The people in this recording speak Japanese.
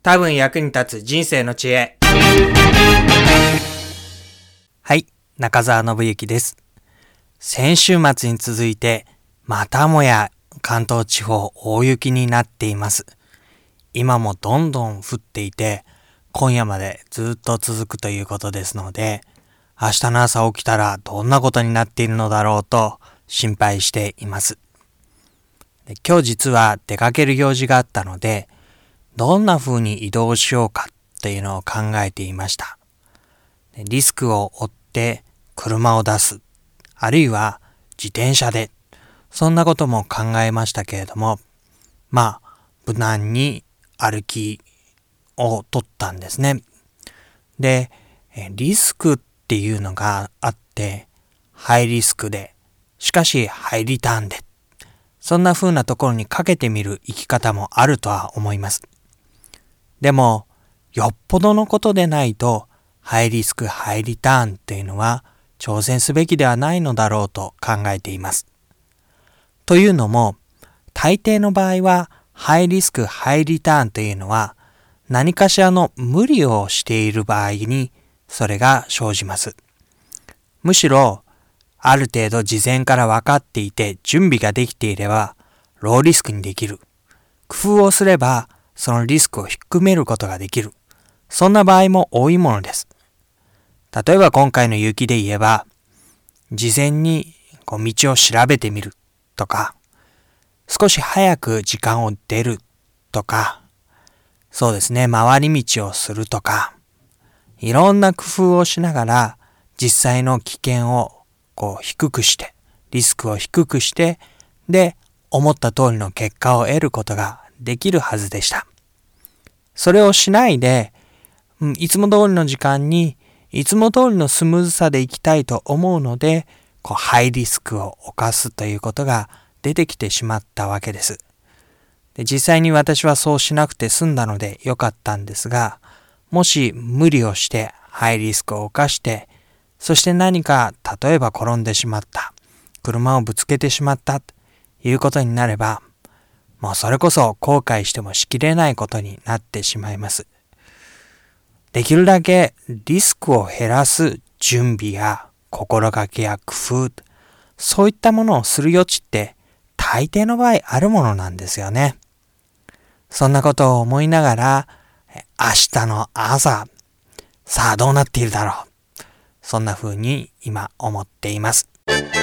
多分役に立つ人生の知恵。はい、中澤信之です。先週末に続いて、またもや関東地方大雪になっています。今もどんどん降っていて、今夜までずっと続くということですので、明日の朝起きたらどんなことになっているのだろうと心配しています。今日実は出かける用事があったので、どんな風に移動しようかっていうのを考えていました。リスクを負って車を出す、あるいは自転車で、そんなことも考えましたけれども、無難に歩きを取ったんですね。で、リスクっていうのがあって、ハイリスクで、しかしハイリターンで、そんな風なところにかけてみる生き方もあるとは思います。でも、よっぽどのことでないと、ハイリスク、ハイリターンっていうのは挑戦すべきではないのだろうと考えています。というのも、大抵の場合は、ハイリスク、ハイリターンというのは、何かしらの無理をしている場合に、それが生じます。むしろ、ある程度事前から分かっていて準備ができていれば、ローリスクにできる。工夫をすれば、そのリスクを低めることができる。そんな場合も多いものです。例えば今回の雪で言えば、事前に道を調べてみるとか、少し早く時間を出るとか、そうですね、回り道をするとか、いろんな工夫をしながら実際の危険を低くして、リスクを低くして、で、思った通りの結果を得ることができるはずでした。それをしないで、いつも通りの時間に、いつも通りのスムーズさで行きたいと思うので、ハイリスクを冒すということが出てきてしまったわけです。で、実際に私はそうしなくて済んだのでよかったんですが、もし無理をしてハイリスクを冒して、そして何か例えば転んでしまった、車をぶつけてしまったということになれば、もうそれこそ後悔してもしきれないことになってしまいます。できるだけリスクを減らす準備や心がけや工夫、そういったものをする余地って大抵の場合あるものなんですよね。そんなことを思いながら、明日の朝、さあどうなっているだろう。そんな風に今思っています。